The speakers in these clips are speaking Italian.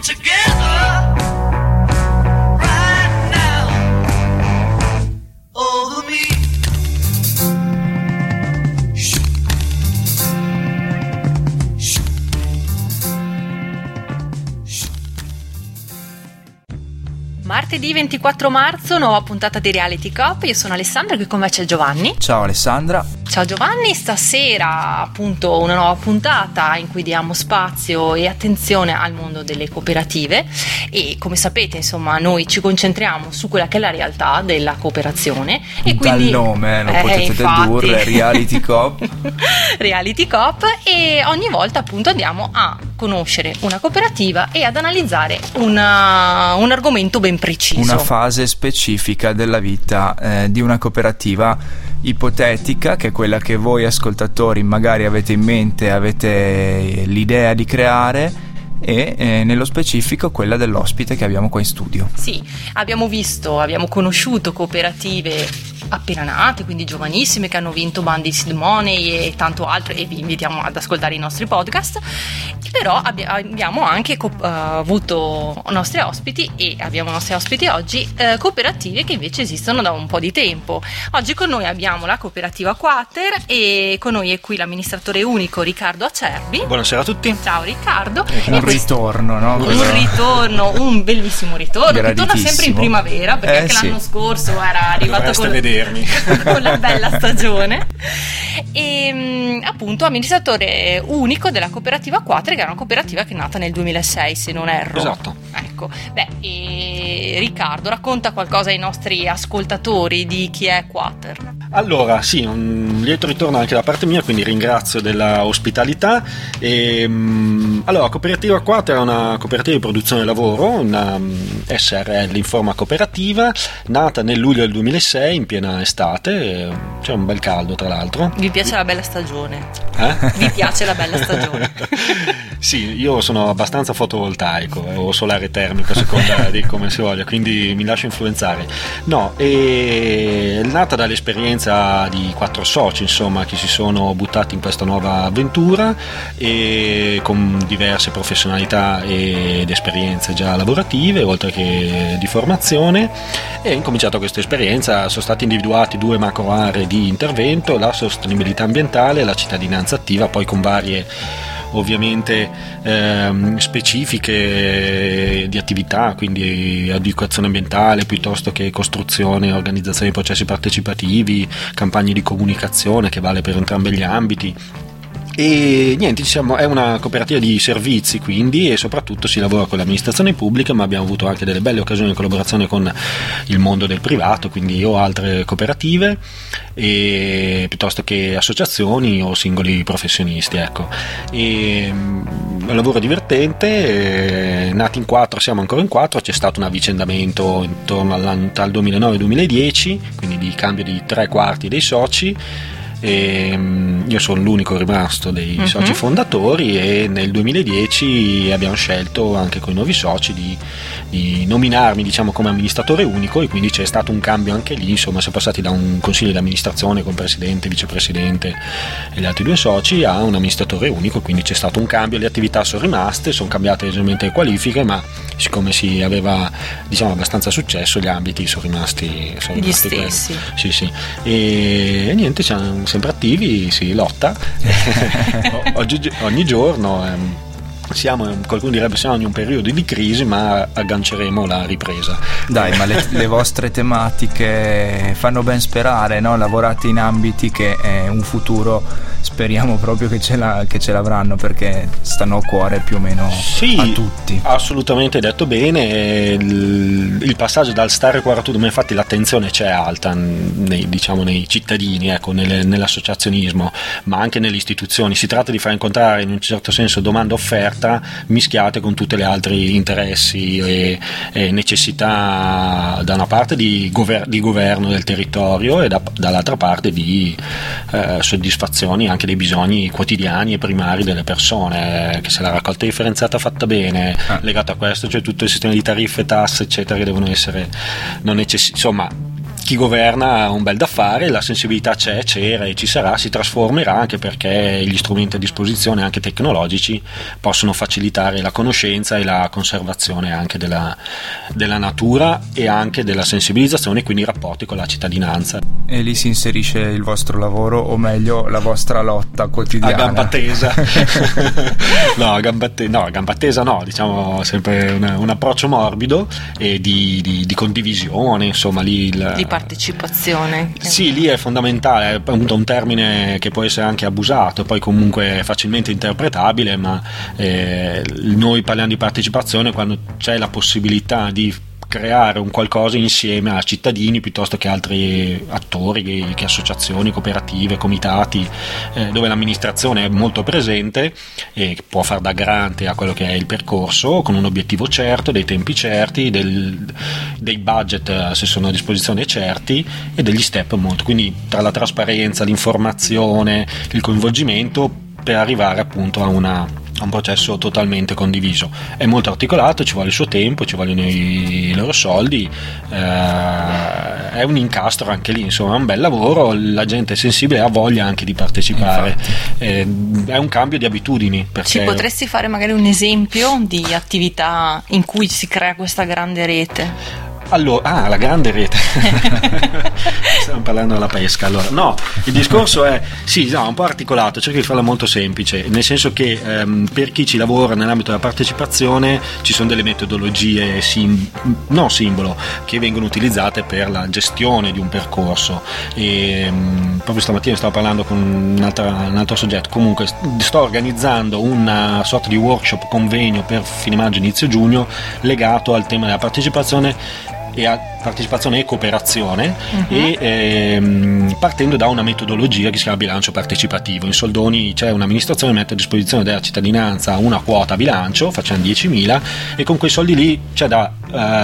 together right now over me. Martedì 24 marzo, nuova puntata di Reality Cop. Io sono Alessandra, qui con me c'è Giovanni. Ciao Alessandra. Ciao Giovanni, stasera appunto una nuova puntata in cui diamo spazio e attenzione al mondo delle cooperative e come sapete insomma noi ci concentriamo su quella che è la realtà della cooperazione e quindi dal nome lo potete dedurre, Reality Cop. Reality Cop, e ogni volta appunto andiamo a conoscere una cooperativa e ad analizzare un argomento ben preciso. Una fase specifica della vita di una cooperativa ipotetica, che è quella che voi ascoltatori magari avete in mente, avete l'idea di creare, e nello specifico quella dell'ospite che abbiamo qua in studio. Sì, abbiamo conosciuto cooperative appena nate, quindi giovanissime, che hanno vinto bandi Seed Money e tanto altro, e vi invitiamo ad ascoltare i nostri podcast. Però abbiamo anche avuto nostri ospiti, e abbiamo nostri ospiti oggi, cooperative che invece esistono da un po' di tempo. Oggi con noi abbiamo la cooperativa Quater e con noi è qui l'amministratore unico Riccardo Acerbi. Buonasera a tutti. Ciao Riccardo. Un ritorno, no? Un bellissimo ritorno che torna sempre in primavera, perché anche l'anno scorso era arrivato con la bella stagione. E appunto amministratore unico della cooperativa Quater, che è una cooperativa che è nata nel 2006 se non erro. Esatto. Ecco, e Riccardo, racconta qualcosa ai nostri ascoltatori di chi è Quater. Allora, sì, un lieto ritorno anche da parte mia, quindi ringrazio della ospitalità. Allora, Cooperativa Quater è una cooperativa di produzione lavoro, una SRL in forma cooperativa, nata nel luglio del 2006 in piena estate, c'è un bel caldo tra l'altro. Vi piace la bella stagione? Vi piace la bella stagione? Sì, io sono abbastanza fotovoltaico o solare termico a seconda di come si voglia, quindi mi lascio influenzare. No, è nata dall'esperienza di 4 soci, insomma, che si sono buttati in questa nuova avventura e con diverse professionalità ed esperienze già lavorative, oltre che di formazione. E incominciato questa esperienza sono stati individuati 2 macro aree di intervento: la sostenibilità ambientale e la cittadinanza attiva, poi con varie ovviamente specifiche di attività, quindi educazione ambientale piuttosto che costruzione e organizzazione di processi partecipativi, campagne di comunicazione che vale per entrambi gli ambiti. E niente, diciamo, è una cooperativa di servizi, quindi, e soprattutto si lavora con l'amministrazione pubblica, ma abbiamo avuto anche delle belle occasioni di collaborazione con il mondo del privato, quindi io altre cooperative, e piuttosto che associazioni o singoli professionisti, ecco. E un lavoro divertente, nati in 4, siamo ancora in 4, c'è stato un avvicendamento intorno al 2009 e 2010, quindi di cambio di 3/4 dei soci. E io sono l'unico rimasto dei soci fondatori, e nel 2010 abbiamo scelto anche con i nuovi soci di nominarmi, diciamo, come amministratore unico, e quindi c'è stato un cambio anche lì, insomma siamo passati da un consiglio di amministrazione con presidente, vicepresidente e gli altri 2 soci a un amministratore unico, quindi c'è stato un cambio, le attività sono rimaste, sono cambiate leggermente le qualifiche, ma siccome si aveva, diciamo, abbastanza successo, gli ambiti sono rimasti gli stessi. Sì. E niente, siamo sempre attivi, si lotta ogni giorno. Qualcuno direbbe siamo in un periodo di crisi, ma agganceremo la ripresa. Dai, ma le vostre tematiche fanno ben sperare, no? Lavorate in ambiti che un futuro speriamo proprio che ce l'avranno, perché stanno a cuore più o meno a tutti. Assolutamente, detto bene. Il passaggio dal stare qua a tutto, ma infatti l'attenzione c'è alta nei cittadini, ecco, nell'associazionismo, ma anche nelle istituzioni. Si tratta di far incontrare in un certo senso domanda offerta mischiate con tutti gli altri interessi e necessità, da una parte di governo del territorio e dall'altra parte di soddisfazioni anche dei bisogni quotidiani e primari delle persone, che se la raccolta differenziata fatta bene, legato a questo c'è tutto il sistema di tariffe, tasse eccetera, che devono essere insomma chi governa ha un bel da fare, la sensibilità c'era e ci sarà, si trasformerà, anche perché gli strumenti a disposizione anche tecnologici possono facilitare la conoscenza e la conservazione anche della natura e anche della sensibilizzazione, quindi i rapporti con la cittadinanza. E lì si inserisce il vostro lavoro, o meglio la vostra lotta quotidiana. A gamba tesa. No, a gamba tesa no, diciamo sempre un approccio morbido e di condivisione, insomma lì di partecipazione. Sì, lì è fondamentale, è appunto un termine che può essere anche abusato, poi comunque facilmente interpretabile, ma noi parliamo di partecipazione quando c'è la possibilità di creare un qualcosa insieme a cittadini piuttosto che altri attori, che associazioni, cooperative, comitati, dove l'amministrazione è molto presente e può far da garante a quello che è il percorso, con un obiettivo certo, dei tempi certi, dei budget se sono a disposizione certi e degli step molto, quindi tra la trasparenza, l'informazione, il coinvolgimento, per arrivare appunto a un processo totalmente condiviso. È molto articolato, ci vuole il suo tempo, ci vogliono i loro soldi, è un incastro anche lì, insomma è un bel lavoro, la gente è sensibile e ha voglia anche di partecipare. È un cambio di abitudini. Ci potresti fare magari un esempio di attività in cui si crea questa grande rete? Allora, la grande rete. Stiamo parlando della pesca. Allora, no, il discorso è un po' articolato, cerco di farla molto semplice, nel senso che per chi ci lavora nell'ambito della partecipazione ci sono delle metodologie non simbolo che vengono utilizzate per la gestione di un percorso. E proprio stamattina stavo parlando con un altro soggetto. Comunque sto organizzando una sorta di workshop, convegno per fine maggio, inizio giugno, legato al tema della partecipazione e cooperazione, e partendo da una metodologia che si chiama bilancio partecipativo. In soldoni c'è un'amministrazione che mette a disposizione della cittadinanza una quota bilancio, facciamo 10.000, e con quei soldi lì c'è da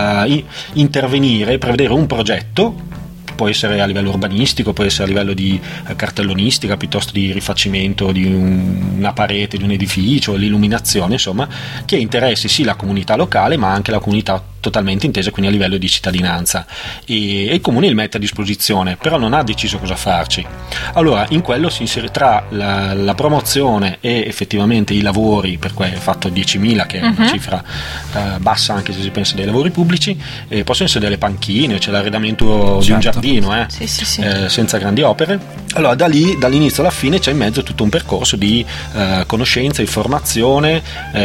intervenire, prevedere un progetto. Può essere a livello urbanistico, può essere a livello di cartellonistica, piuttosto di rifacimento di una parete di un edificio, l'illuminazione, insomma, che interessi sì la comunità locale ma anche la comunità totalmente intesa, quindi a livello di cittadinanza, e il comune il mette a disposizione, però non ha deciso cosa farci. Allora in quello si inserisce tra la promozione e effettivamente i lavori, per cui è fatto 10.000, che è una cifra bassa anche se si pensa dei lavori pubblici, possono essere delle panchine, c'è l'arredamento di un giardino, sì. senza grandi opere. Allora da lì, dall'inizio alla fine, c'è in mezzo tutto un percorso di conoscenza, informazione,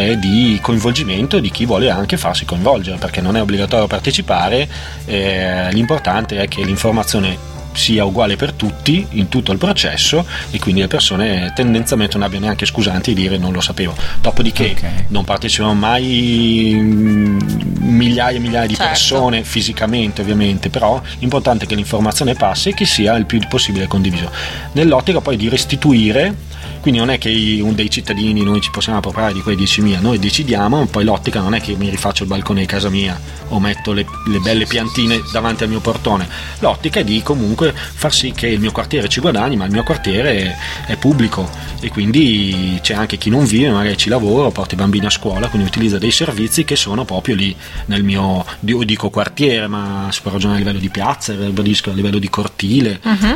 di coinvolgimento di chi vuole anche farsi coinvolgere, perché non è obbligatorio partecipare, l'importante è che l'informazione sia uguale per tutti in tutto il processo, e quindi le persone tendenzialmente non abbiano neanche scusanti di dire non lo sapevo. Dopodiché non partecipano mai migliaia e migliaia di persone fisicamente, ovviamente, però l'importante è che l'informazione passi e che sia il più possibile condiviso, nell'ottica poi di restituire. Quindi non è che dei cittadini noi ci possiamo appropriare di quei 10.000, noi decidiamo, poi l'ottica non è che mi rifaccio il balcone di casa mia o metto le belle piantine davanti al mio portone, l'ottica è di comunque far sì che il mio quartiere ci guadagni, ma il mio quartiere è pubblico, e quindi c'è anche chi non vive, magari ci lavora, porta i bambini a scuola, quindi utilizza dei servizi che sono proprio lì nel mio, dico quartiere, ma si può ragionare a livello di piazza, a livello di cortile,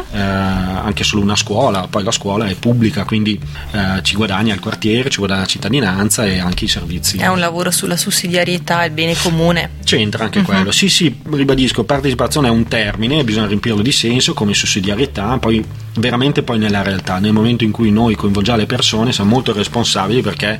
anche solo una scuola, poi la scuola è pubblica, quindi ci guadagna il quartiere, ci guadagna la cittadinanza e anche i servizi. È un lavoro sulla sussidiarietà, il bene comune. C'entra anche quello. Sì, ribadisco, partecipazione è un termine, bisogna riempirlo di senso, come sussidiarietà, poi veramente poi nella realtà, nel momento in cui noi coinvolgiamo le persone siamo molto responsabili, perché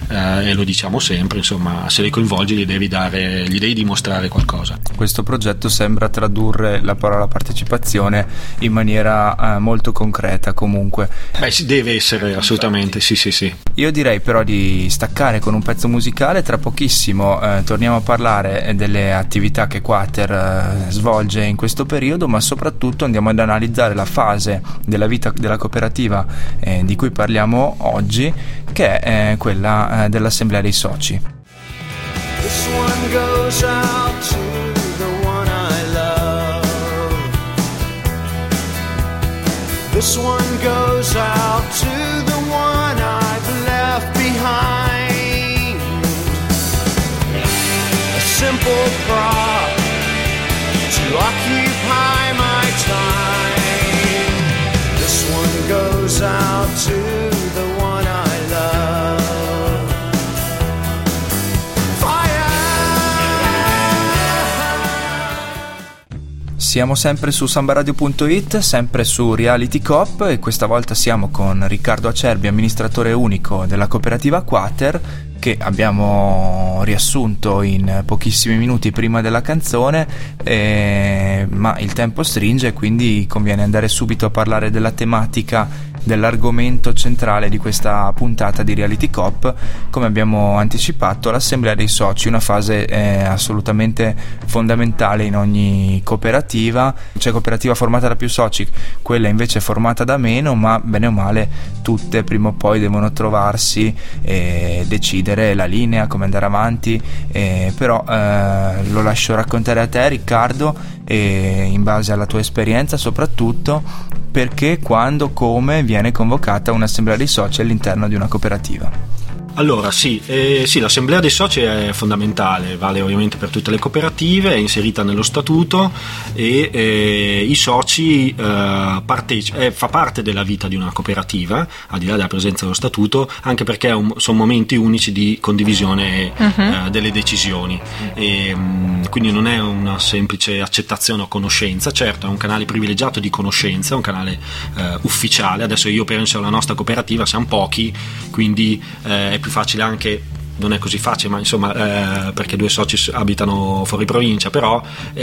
e lo diciamo sempre, insomma, se le coinvolgi gli devi dimostrare qualcosa. Questo progetto sembra tradurre la parola partecipazione in maniera molto concreta, comunque. Si deve essere, assolutamente, sì. Io direi però di staccare con un pezzo musicale. Tra pochissimo torniamo a parlare delle attività che Quater svolge in questo periodo, ma soprattutto andiamo ad analizzare la fase della vita della cooperativa di cui parliamo oggi, che è quella dell'assemblea dei soci. This one goes out to the one I love. This one goes out to the one I've left behind. A simple prop to occupy my time. This one goes out to the one I love. Fire! Siamo sempre su sambaradio.it, sempre su Reality Coop, e questa volta siamo con Riccardo Acerbi, amministratore unico della cooperativa Quater, che abbiamo riassunto in pochissimi minuti prima della canzone, ma il tempo stringe, quindi conviene andare subito a parlare della tematica, dell'argomento centrale di questa puntata di Reality Coop. Come abbiamo anticipato, l'assemblea dei soci, una fase assolutamente fondamentale in ogni cooperativa. C'è cooperativa formata da più soci, quella invece formata da meno, ma bene o male tutte prima o poi devono trovarsi e decidere la linea, come andare avanti, però lo lascio raccontare a te, Riccardo, in base alla tua esperienza, soprattutto perché, quando, come viene convocata un'assemblea dei soci all'interno di una cooperativa. Allora sì, l'assemblea dei soci è fondamentale, vale ovviamente per tutte le cooperative, è inserita nello statuto e i soci fa parte della vita di una cooperativa, al di là della presenza dello statuto, anche perché sono momenti unici di condivisione delle decisioni, e quindi non è una semplice accettazione o conoscenza. Certo, è un canale privilegiato di conoscenza, un canale ufficiale. Adesso io penso alla nostra cooperativa, siamo pochi, quindi è più facile anche, non è così facile, ma insomma perché due soci abitano fuori provincia, però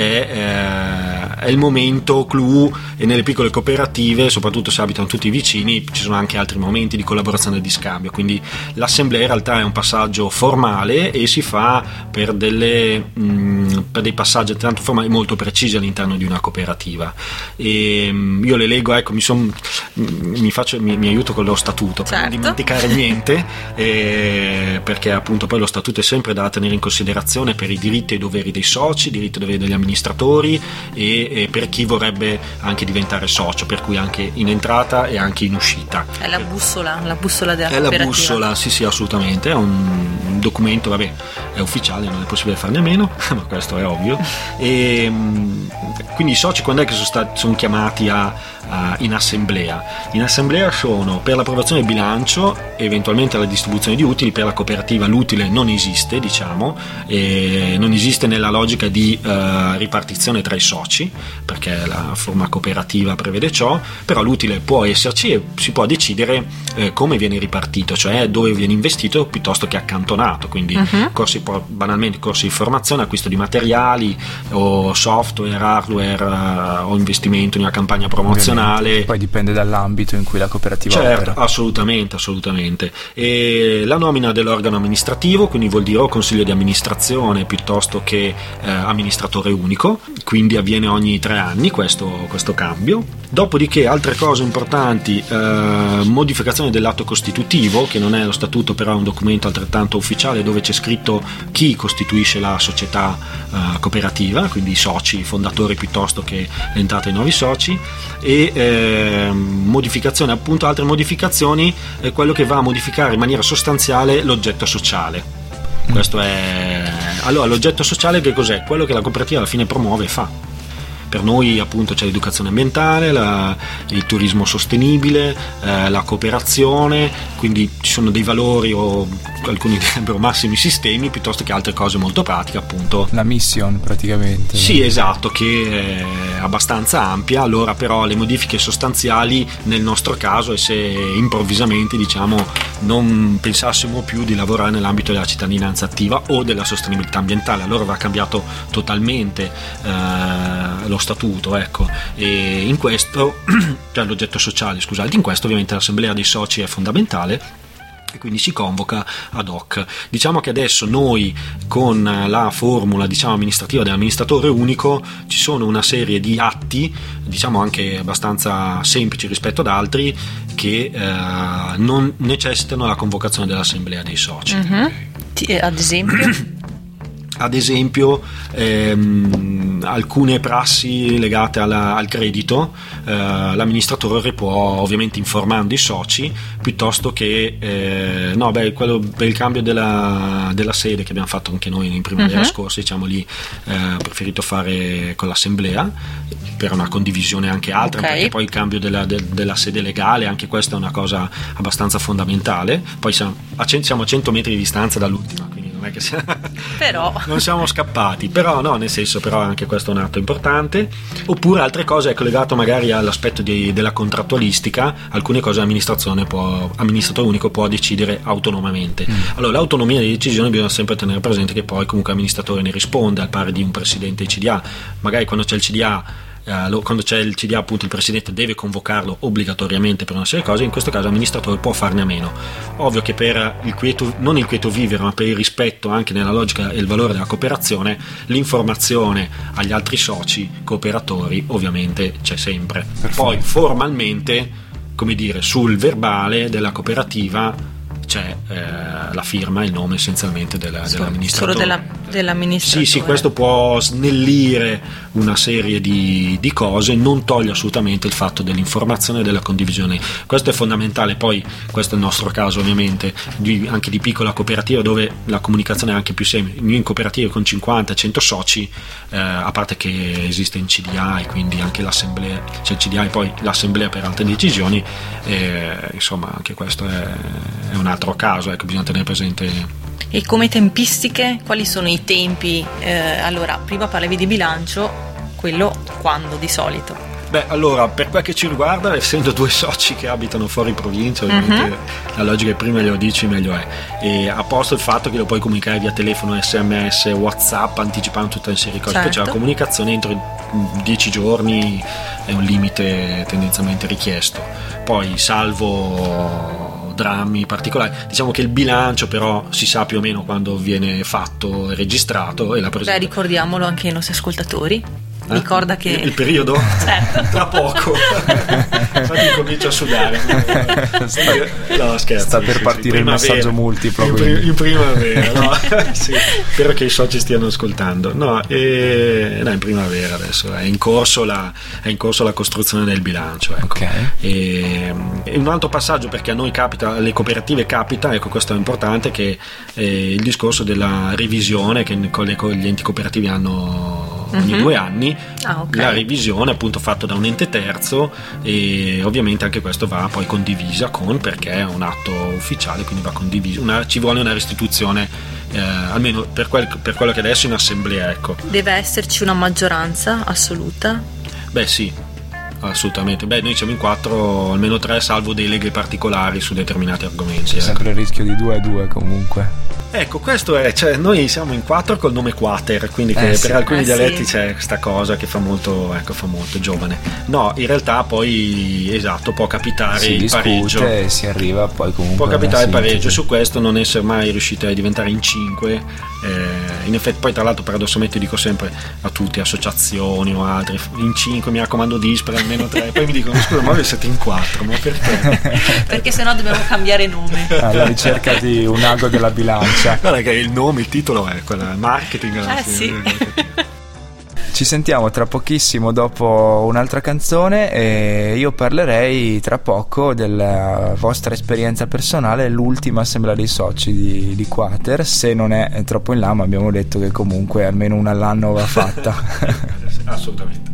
è il momento clou, e nelle piccole cooperative, soprattutto se abitano tutti vicini, ci sono anche altri momenti di collaborazione e di scambio. Quindi l'assemblea in realtà è un passaggio formale e si fa per dei passaggi tanto formali molto precisi all'interno di una cooperativa, e io le leggo, ecco, mi aiuto con lo statuto, per non dimenticare niente, perché appunto poi lo statuto è sempre da tenere in considerazione per i diritti e i doveri dei soci, i diritti e doveri degli amministratori, e per chi vorrebbe anche diventare socio, per cui anche in entrata e anche in uscita. È la bussola della cooperativa. È la bussola, sì, assolutamente. È un documento, vabbè, è ufficiale, non è possibile farne a meno, ma questo è ovvio. E quindi i soci quando è che sono chiamati in assemblea? In assemblea sono per l'approvazione del bilancio, eventualmente la distribuzione di utili. Per la cooperativa l'utile non esiste, diciamo, e non esiste nella logica di ripartizione tra i soci, perché la forma cooperativa prevede ciò, però l'utile può esserci e si può decidere come viene ripartito, cioè dove viene investito piuttosto che accantonato. Quindi banalmente corsi di formazione, acquisto di materiali o software, hardware, o investimento in una campagna promozionale. Poi dipende dall'ambito in cui la cooperativa opera. Assolutamente. E la nomina dell'organo amministrativo, quindi vuol dire o consiglio di amministrazione piuttosto che amministratore unico, quindi avviene ogni 3 anni questo cambio. Dopodiché altre cose importanti, modificazione dell'atto costitutivo, che non è lo statuto, però è un documento altrettanto ufficiale dove c'è scritto chi costituisce la società cooperativa, quindi i soci, i fondatori piuttosto che l'entrata dei nuovi soci, e modificazione, appunto, altre modificazioni, quello che va a modificare in maniera sostanziale l'oggetto sociale. Questo è allora l'oggetto sociale. Che cos'è? Quello che la cooperativa alla fine promuove e fa. Per noi appunto c'è l'educazione ambientale, il turismo sostenibile, la cooperazione, quindi ci sono dei valori, o alcuni direbbero massimi sistemi, piuttosto che altre cose molto pratiche, appunto. La mission praticamente. Sì, esatto, che è abbastanza ampia. Allora però le modifiche sostanziali nel nostro caso è se improvvisamente, diciamo, non pensassimo più di lavorare nell'ambito della cittadinanza attiva o della sostenibilità ambientale, allora va cambiato totalmente lo statuto, ecco. E in questo, cioè l'oggetto sociale, scusate, in questo ovviamente l'assemblea dei soci è fondamentale e quindi si convoca ad hoc. Diciamo che adesso noi con la formula, diciamo, amministrativa dell'amministratore unico ci sono una serie di atti, diciamo anche abbastanza semplici rispetto ad altri, che non necessitano la convocazione dell'assemblea dei soci. Ad esempio? ad esempio alcune prassi legate al credito, l'amministratore può, ovviamente informando i soci, piuttosto che quello per il cambio della sede che abbiamo fatto anche noi in primavera scorsa, diciamo lì preferito fare con l'assemblea per una condivisione anche altra, perché poi il cambio della sede legale, anche questa è una cosa abbastanza fondamentale. Poi siamo a 100 metri di distanza dall'ultima, quindi non è che però non siamo scappati, però no, nel senso, però anche questo è un atto importante. Oppure altre cose, ecco, legato magari all'aspetto della contrattualistica, alcune cose l'amministratore unico può decidere autonomamente. Allora, l'autonomia di decisione bisogna sempre tenere presente che poi comunque l'amministratore ne risponde, al pari di un presidente CDA. Magari quando c'è il CDA, appunto, il presidente deve convocarlo obbligatoriamente per una serie di cose. In questo caso l'amministratore può farne a meno. Ovvio che per non il quieto vivere, ma per il rispetto anche nella logica e il valore della cooperazione, l'informazione agli altri soci cooperatori ovviamente c'è sempre. Poi formalmente, come dire, sul verbale della cooperativa c'è la firma e il nome essenzialmente dell'amministratore. Solo dell'amministratore. Sì, questo può snellire una serie di cose, non toglie assolutamente il fatto dell'informazione e della condivisione. Questo è fondamentale. Poi questo è il nostro caso, ovviamente, anche di piccola cooperativa, dove la comunicazione è anche più semplice. In cooperative con 50-100 soci, a parte che esiste in CDA e quindi anche l'assemblea, c'è il CDA e poi l'assemblea per altre decisioni, insomma anche questo è un altro caso, ecco, bisogna tenere presente. E come tempistiche, quali sono i tempi? Allora, prima parlavi di bilancio, quello quando di solito? Beh, allora, per quel che ci riguarda, essendo due soci che abitano fuori provincia, ovviamente la logica è prima glielo dici meglio è. E a posto il fatto che lo puoi comunicare via telefono, SMS, WhatsApp, anticipando tutta una serie di cose. Poi c'è la comunicazione entro 10 giorni, è un limite tendenzialmente richiesto. Poi, salvo drammi particolari, diciamo che il bilancio però si sa più o meno quando viene fatto e registrato, e la Beh, ricordiamolo anche ai nostri ascoltatori. Ricorda che il periodo? Certo. Tra poco. Infatti comincio a sudare. No, scherzo. Sta per partire il messaggio multiplo. In primavera, no? Sì, spero che i soci stiano ascoltando. No, in primavera adesso è in corso la costruzione del bilancio, ecco. E un altro passaggio, perché a noi capita, alle cooperative capita, ecco, questo è importante, che il discorso della revisione che gli enti cooperativi hanno ogni 2 anni, la revisione appunto fatta da un ente terzo, e ovviamente anche questo va poi condivisa perché è un atto ufficiale, quindi va condiviso, ci vuole una restituzione, almeno per quello che adesso in assemblea, ecco. Deve esserci una maggioranza assoluta? Beh sì, assolutamente. Beh, noi siamo in 4, almeno 3, salvo deleghe particolari su determinati argomenti. C'è sempre il rischio di 2-2 comunque. Ecco, questo è, cioè, noi siamo in 4 col nome Quater, quindi che per alcuni dialetti c'è questa cosa che fa molto giovane. No, in realtà poi, esatto, può capitare il pareggio. E si arriva poi comunque. Può capitare il pareggio, su questo non essere mai riusciti a diventare in 5. In effetti, poi tra l'altro, paradossalmente dico sempre a tutti, associazioni o altri, in 5 mi raccomando dispera, almeno 3. Poi mi dicono, scusa, ma voi siete in 4, ma perché? Perché sennò dobbiamo cambiare nome. Alla ricerca di un ago della bilancia. Guarda che il nome, il titolo è quella marketing. Sì. Ci sentiamo tra pochissimo dopo un'altra canzone, e io parlerei tra poco della vostra esperienza personale, l'ultima assemblea dei soci di Quater, se non è troppo in là, ma abbiamo detto che comunque almeno una all'anno va fatta. Assolutamente.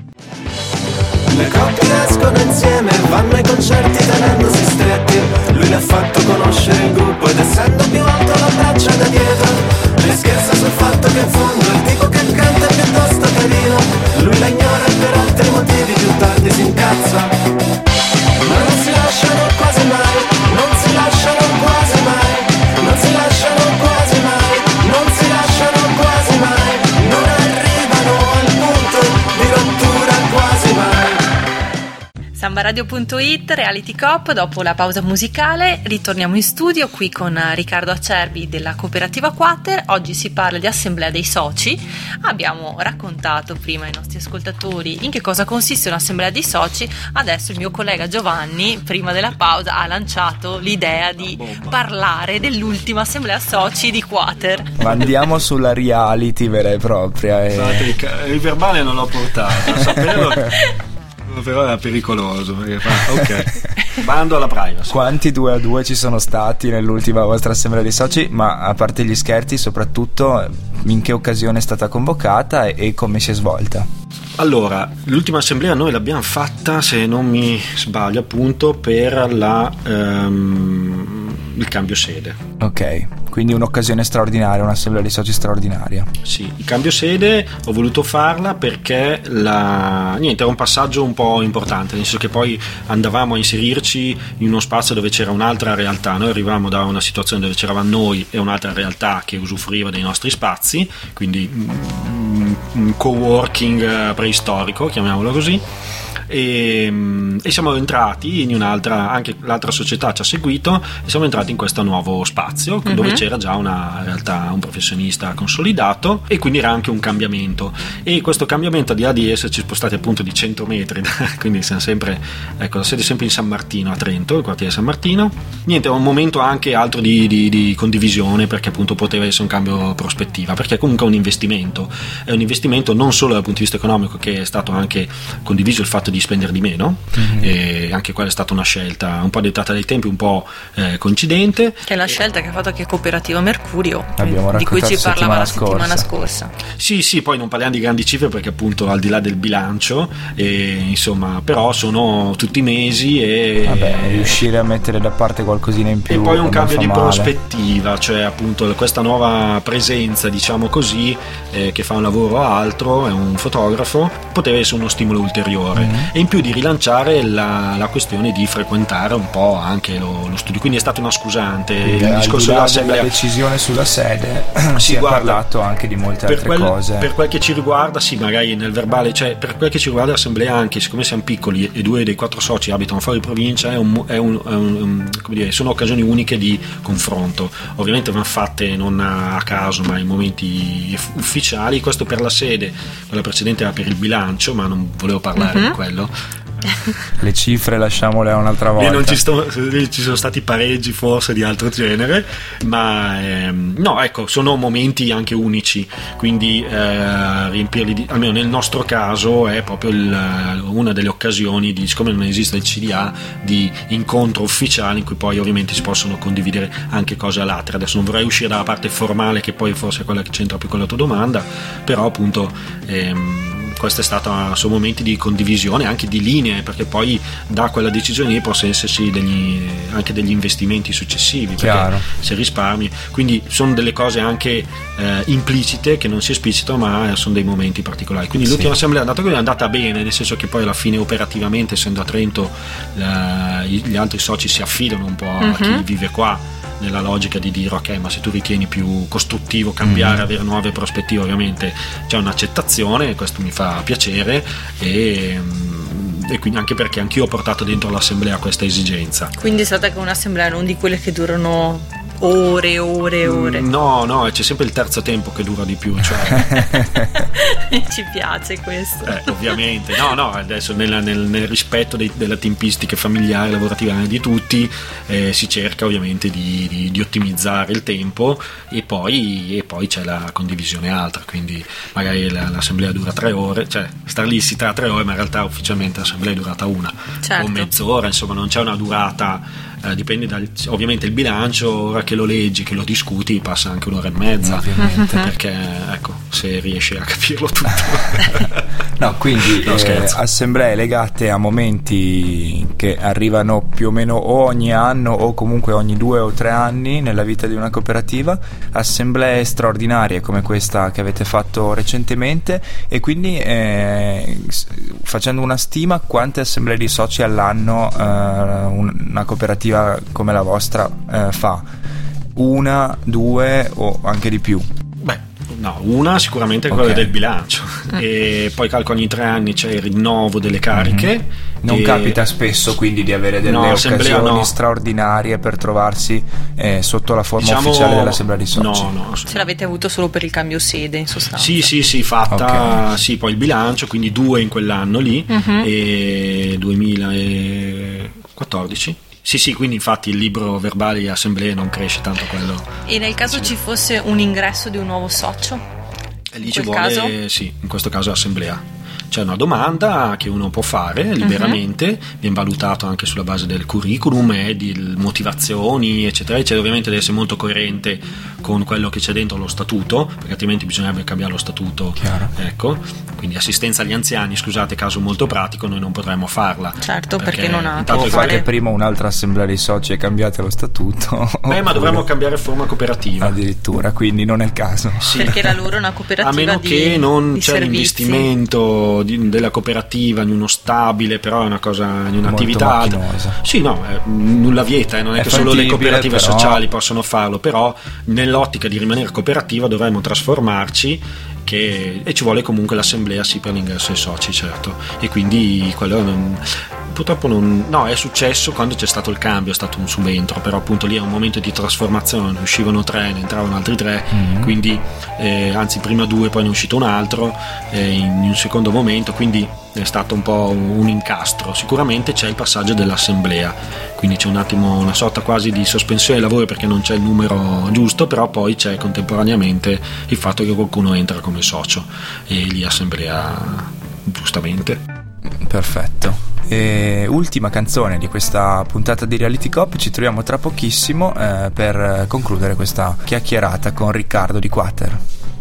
Le coppie escono insieme, vanno ai concerti tenendosi stretti. Lui le ha fatto conoscere il gruppo ed essendo più alto l'abbraccia da dietro. Le scherza sul fatto che in fondo il tipo che canta è piuttosto carino. Lui la ignora e per altri motivi più tardi si incazza. Ma non si lasciano quasi mai, non si lasciano quasi mai, non si lasciano quasi mai, non si lasciano quasi mai, non arrivano al punto di rottura quasi mai. Siamo Sambaradio.it, Reality Coop. Dopo la pausa musicale ritorniamo in studio qui con Riccardo Acerbi della cooperativa Quater. Oggi si parla di assemblea dei soci. Abbiamo raccontato prima ai nostri ascoltatori in che cosa consiste un'assemblea dei soci. Adesso il mio collega Giovanni, prima della pausa, ha lanciato l'idea di parlare dell'ultima assemblea soci di Quater. Ma andiamo sulla reality vera e propria. Il verbale non l'ho portato, saperlo però era pericoloso, perché ok, bando alla privacy. Quanti 2-2 ci sono stati nell'ultima vostra assemblea dei soci? Ma a parte gli scherzi, soprattutto in che occasione è stata convocata e come si è svolta? Allora, l'ultima assemblea noi l'abbiamo fatta, se non mi sbaglio, appunto per il cambio sede. Ok, quindi un'occasione straordinaria, un'assemblea dei soci straordinaria. Sì, il cambio sede ho voluto farla perché era un passaggio un po' importante, nel senso che poi andavamo a inserirci in uno spazio dove c'era un'altra realtà. Noi arrivavamo da una situazione dove c'eravamo noi e un'altra realtà che usufruiva dei nostri spazi, quindi un co-working preistorico, chiamiamolo così. E siamo entrati in un'altra, anche l'altra società ci ha seguito, e siamo entrati in questo nuovo spazio dove c'era già una realtà, un professionista consolidato, e quindi era anche un cambiamento. E questo cambiamento, al di là di esserci spostati appunto di 100 metri quindi siamo sempre, ecco, la sede è sempre in San Martino a Trento, il quartiere San Martino. È un momento anche altro di condivisione, perché appunto poteva essere un cambio prospettiva, perché comunque è un investimento non solo dal punto di vista economico, che è stato anche condiviso il fatto di spendere di meno, e anche quella è stata una scelta un po' dettata dai tempi, un po' coincidente, che è la scelta che ha fatto anche Cooperativa Mercurio, di cui ci parlava la settimana scorsa. Sì, poi non parliamo di grandi cifre, perché appunto al di là del bilancio, insomma, però sono tutti mesi e riuscire a mettere da parte qualcosina in più, e poi un cambio di prospettiva, cioè appunto questa nuova presenza, diciamo così, che fa un lavoro altro, è un fotografo, poteva essere uno stimolo ulteriore, e in più di rilanciare la questione di frequentare un po' anche lo studio, quindi è stata una scusante. Il discorso della decisione sulla sede si è parlato anche di molte altre cose. Per quel che ci riguarda, sì, magari nel verbale, cioè per quel che ci riguarda l'assemblea, anche siccome siamo piccoli e 2 dei 4 soci abitano fuori provincia, come dire, sono occasioni uniche di confronto. Ovviamente vanno fatte non a caso, ma in momenti ufficiali. Questo per la sede, quella precedente era per il bilancio, ma non volevo parlare di quello. Le cifre lasciamole a un'altra volta. Non ci sono stati pareggi forse di altro genere, ma no, ecco, sono momenti anche unici, quindi riempirli almeno nel nostro caso è proprio una delle occasioni di, siccome non esiste il CDA, di incontro ufficiale in cui poi ovviamente si possono condividere anche cose all'altra. Adesso non vorrei uscire dalla parte formale, che poi forse è quella che c'entra più con la tua domanda, però appunto questo è stato, sono momenti di condivisione anche di linee, perché poi da quella decisione lì possono esserci anche degli investimenti successivi, perché si risparmi, quindi sono delle cose anche implicite che non si esplicitano, ma sono dei momenti particolari. Quindi l'ultima assemblea è andata bene, nel senso che poi alla fine operativamente, essendo a Trento, gli altri soci si affidano un po' a chi vive qua, nella logica di dire ok, ma se tu ritieni più costruttivo cambiare, avere nuove prospettive, ovviamente c'è un'accettazione, questo mi fa piacere, e quindi anche perché anch'io ho portato dentro l'assemblea questa esigenza. Quindi è stata un'assemblea non di quelle che durano ore. No, c'è sempre il terzo tempo che dura di più, cioè. Ci piace questo. Ovviamente, no, adesso nel rispetto della tempistica familiare, lavorativa di tutti, si cerca ovviamente di ottimizzare il tempo, e poi c'è la condivisione altra, quindi magari l'assemblea dura 3 ore, cioè star lì si tratta 3 ore, ma in realtà ufficialmente l'assemblea è durata 1 o mezz'ora, insomma non c'è una durata. Dipende ovviamente il bilancio, ora che lo leggi, che lo discuti, passa anche 1 ora e mezza, perché ecco, se riesci a capirlo tutto. No, quindi assemblee legate a momenti che arrivano più o meno o ogni anno o comunque ogni 2 o 3 anni nella vita di una cooperativa, assemblee straordinarie come questa che avete fatto recentemente, e quindi facendo una stima, quante assemblee di soci all'anno una cooperativa come la vostra fa? 1, 2 o anche di più? Beh, No, una sicuramente è quella del bilancio, e poi calco ogni 3 anni c'è il rinnovo delle cariche. Non capita spesso quindi di avere delle occasioni straordinarie per trovarsi sotto la forma ufficiale dell'assemblea di soci? No. Ce l'avete avuto solo per il cambio sede, in sostanza? Sì, fatta, sì, poi il bilancio, quindi 2 in quell'anno lì, e 2014. Sì, quindi infatti il libro verbale di assemblee non cresce tanto quello. E nel caso ci fosse un ingresso di un nuovo socio? E lì ci vuole, sì, in questo caso assemblea. C'è una domanda che uno può fare liberamente, viene valutato anche sulla base del curriculum e di motivazioni, eccetera. Ovviamente deve essere molto coerente con quello che c'è dentro lo statuto, perché altrimenti bisognerebbe cambiare lo statuto. Chiaro. Ecco, quindi assistenza agli anziani, scusate, caso molto pratico, noi non potremmo farla. Perché non ha. Può fare prima un'altra assemblea dei soci e cambiate lo statuto. Ma dovremmo cambiare forma cooperativa. Addirittura, quindi non è il caso. Sì. Perché la loro è una cooperativa, a meno che non di c'è servizi. L'investimento della cooperativa in uno stabile, però è una cosa, in un'attività sì, nulla vieta, non è che solo le cooperative sociali possono farlo, però nell'ottica di rimanere cooperativa dovremmo trasformarci, e ci vuole comunque l'assemblea per l'ingresso ai soci, certo, e quindi quello purtroppo è successo quando c'è stato il cambio, è stato un subentro, però appunto lì è un momento di trasformazione, uscivano 3, ne entravano altri 3, quindi anzi prima 2, poi ne è uscito un altro in un secondo momento, quindi è stato un po' un incastro. Sicuramente c'è il passaggio dell'assemblea, quindi c'è un attimo una sorta quasi di sospensione dei lavori perché non c'è il numero giusto, però poi c'è contemporaneamente il fatto che qualcuno entra come socio e lì assemblea giustamente. Perfetto. E ultima canzone di questa puntata di Reality Cop, ci troviamo tra pochissimo per concludere questa chiacchierata con Riccardo di Quater.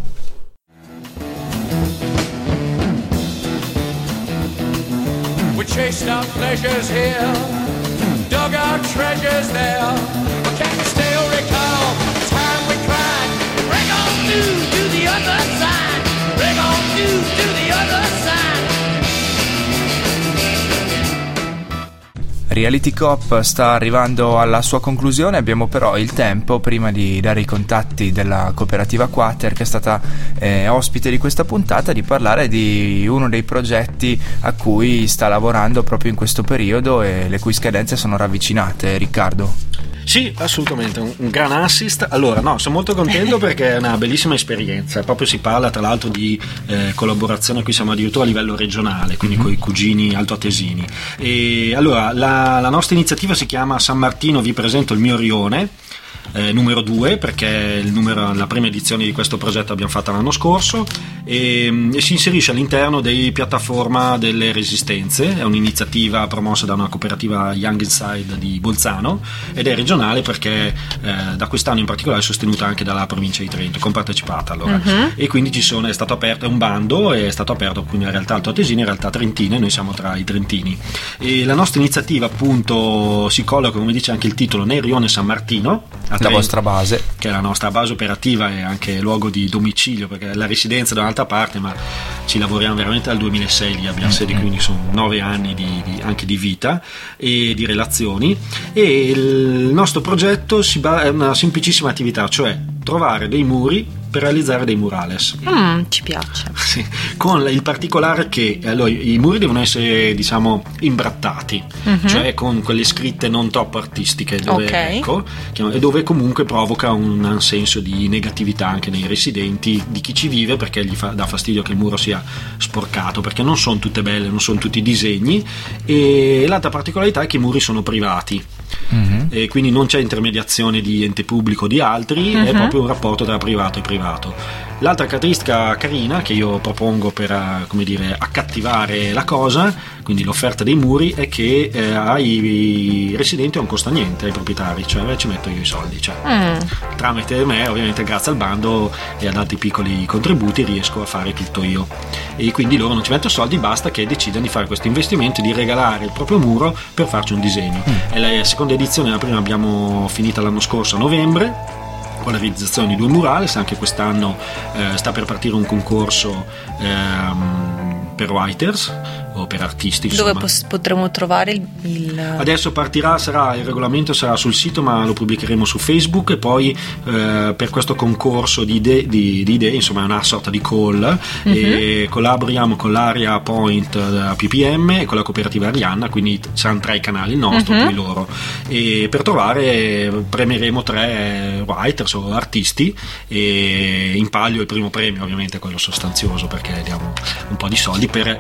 We chased our pleasures here, dug our treasures there, but can you still recall the time we cried, bring on through to the other side, bring on through to the other side. Reality Cop sta arrivando alla sua conclusione, abbiamo però il tempo, prima di dare i contatti della cooperativa Quater che è stata ospite di questa puntata, di parlare di uno dei progetti a cui sta lavorando proprio in questo periodo e le cui scadenze sono ravvicinate. Riccardo? Sì, assolutamente, un gran assist. Allora, sono molto contento perché è una bellissima esperienza. Proprio si parla tra l'altro di collaborazione, qui siamo addirittura a livello regionale, quindi con i cugini altoatesini. E allora, la nostra iniziativa si chiama San Martino vi presento il mio rione. Numero 2, perché la prima edizione di questo progetto l'abbiamo fatta l'anno scorso e si inserisce all'interno dei piattaforma delle resistenze. È un'iniziativa promossa da una cooperativa Young Inside di Bolzano ed è regionale perché da quest'anno in particolare è sostenuta anche dalla provincia di Trento, compartecipata allora. E quindi è stato aperto, è un bando, è stato aperto quindi in realtà altoatesine, in realtà trentine, noi siamo tra i trentini e la nostra iniziativa appunto si colloca, come dice anche il titolo, nel rione San Martino, la vostra base, che è la nostra base operativa e anche luogo di domicilio, perché la residenza è da un'altra parte, ma ci lavoriamo veramente dal 2006 lì abbiamo sede, quindi sono 9 anni anche di vita e di relazioni. E il nostro progetto è una semplicissima attività, cioè trovare dei muri per realizzare dei murales. Ci piace. Sì, con il particolare che allora, i muri devono essere imbrattati, cioè con quelle scritte non troppo artistiche dove comunque provoca un senso di negatività anche nei residenti, di chi ci vive, perché gli dà fastidio che il muro sia sporcato, perché non sono tutte belle, non sono tutti disegni. E l'altra particolarità è che i muri sono privati, e quindi non c'è intermediazione di ente pubblico o di altri, è proprio un rapporto tra privato e privato. L'altra caratteristica carina che io propongo per accattivare la cosa, quindi l'offerta dei muri, è che ai residenti non costa niente ai proprietari, cioè ci metto io i soldi, tramite me, ovviamente grazie al bando e ad altri piccoli contributi riesco a fare tutto io, e quindi loro non ci metto soldi, basta che decidano di fare questo investimento, di regalare il proprio muro per farci un disegno. È la seconda edizione, la prima abbiamo finita l'anno scorso a novembre con la realizzazione di 2 murales. Anche quest'anno sta per partire un concorso per writers, o per artisti, Dove insomma. potremo trovare il... Adesso partirà, il regolamento sarà sul sito, ma lo pubblicheremo su Facebook, e poi per questo concorso di idee, insomma è una sorta di call, e collaboriamo con l'Area Point PPM e con la cooperativa Arianna, quindi saranno 3 canali, il nostro, poi loro, e per trovare premieremo 3 writers o artisti, e in palio il primo premio ovviamente è quello sostanzioso, perché diamo un po' di soldi per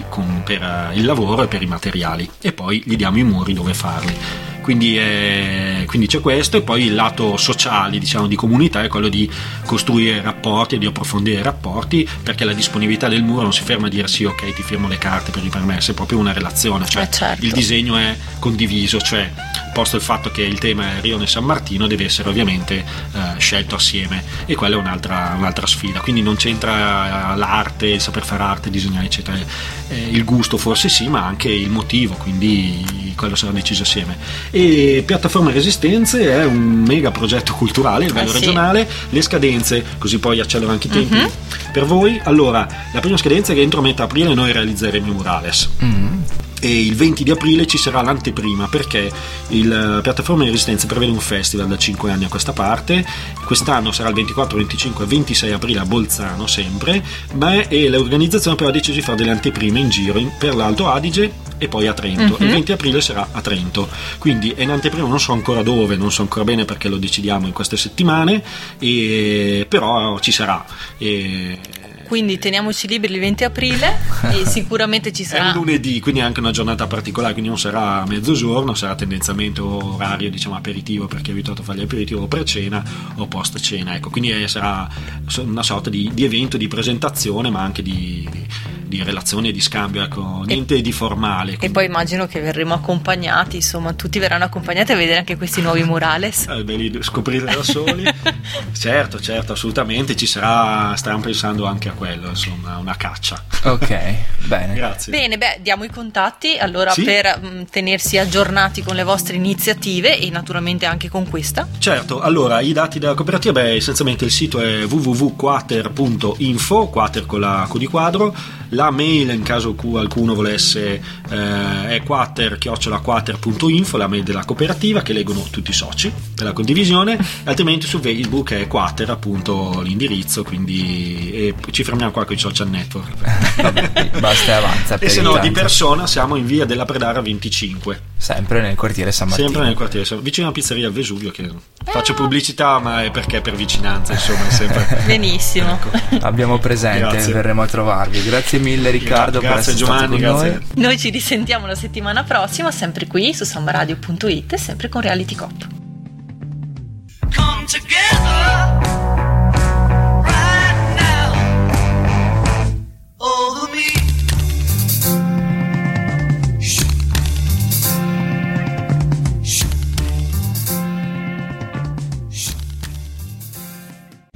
il lavoro e per i materiali, e poi gli diamo i muri dove farli. Quindi c'è questo, e poi il lato sociale, diciamo, di comunità è quello di costruire rapporti e di approfondire rapporti, perché la disponibilità del muro non si ferma a dire sì, ok, ti firmo le carte per i permessi, è proprio una relazione, cioè certo. Il disegno è condiviso, cioè posto il fatto che il tema è Rione San Martino, deve essere ovviamente scelto assieme, e quella è un'altra sfida. Quindi non c'entra l'arte, il saper fare arte, disegnare eccetera, il gusto forse sì, ma anche il motivo, quindi quello sarà deciso assieme. E Piattaforma Resistenze è un mega progetto culturale a livello regionale. Le scadenze, così poi accelero anche i tempi per voi. Allora, la prima scadenza è che entro metà aprile noi realizzeremo i murales, e il 20 di aprile ci sarà l'anteprima, perché il Piattaforma di Resistenza prevede un festival da 5 anni a questa parte. Quest'anno sarà il 24, 25 e 26 aprile a Bolzano sempre, e l'organizzazione però ha deciso di fare delle anteprime in giro per l'Alto Adige e poi a Trento. Il 20 aprile sarà a Trento, quindi è in anteprima, non so ancora dove, non so ancora bene perché lo decidiamo in queste settimane, però ci sarà. Quindi teniamoci liberi il 20 aprile e sicuramente ci sarà. È un lunedì, quindi è anche una giornata particolare, quindi non sarà a mezzogiorno, sarà tendenzialmente orario, diciamo, aperitivo, perché è abituato a fare l'aperitivo o pre-cena o post-cena, ecco. Quindi sarà una sorta di evento di presentazione, ma anche di relazione e di scambio, ecco, niente di formale. E poi immagino che verremo accompagnati, insomma, tutti verranno accompagnati a vedere anche questi nuovi murales. Ve li scoprite da soli. certo, assolutamente, stiamo pensando anche a quello, insomma, una caccia. Ok, bene. Grazie. Bene, diamo i contatti allora, sì? per tenersi aggiornati con le vostre iniziative e naturalmente anche con questa. Certo, allora i dati della cooperativa, essenzialmente il sito è www.quater.info, quater con la Q di quadro. La mail, in caso qualcuno volesse, è quater@quater.info, la mail della cooperativa, che leggono tutti i soci della condivisione. Altrimenti su Facebook è quater, appunto, l'indirizzo, quindi, e ci fermiamo qua con i social network. Vabbè, basta e avanza. E se no, di persona siamo in via della Predara 25, sempre nel quartiere San Martino. Sempre nel quartiere, vicino alla pizzeria Vesuvio, che faccio pubblicità, ma è perché per vicinanza, insomma, è sempre. Benissimo. Ecco. Abbiamo presente, Grazie. Verremo a trovarvi. Grazie mille Riccardo per essere Giovanni, stato con grazie. Noi ci risentiamo la settimana prossima, sempre qui su sambaradio.it, sempre con Reality Cop. Come together.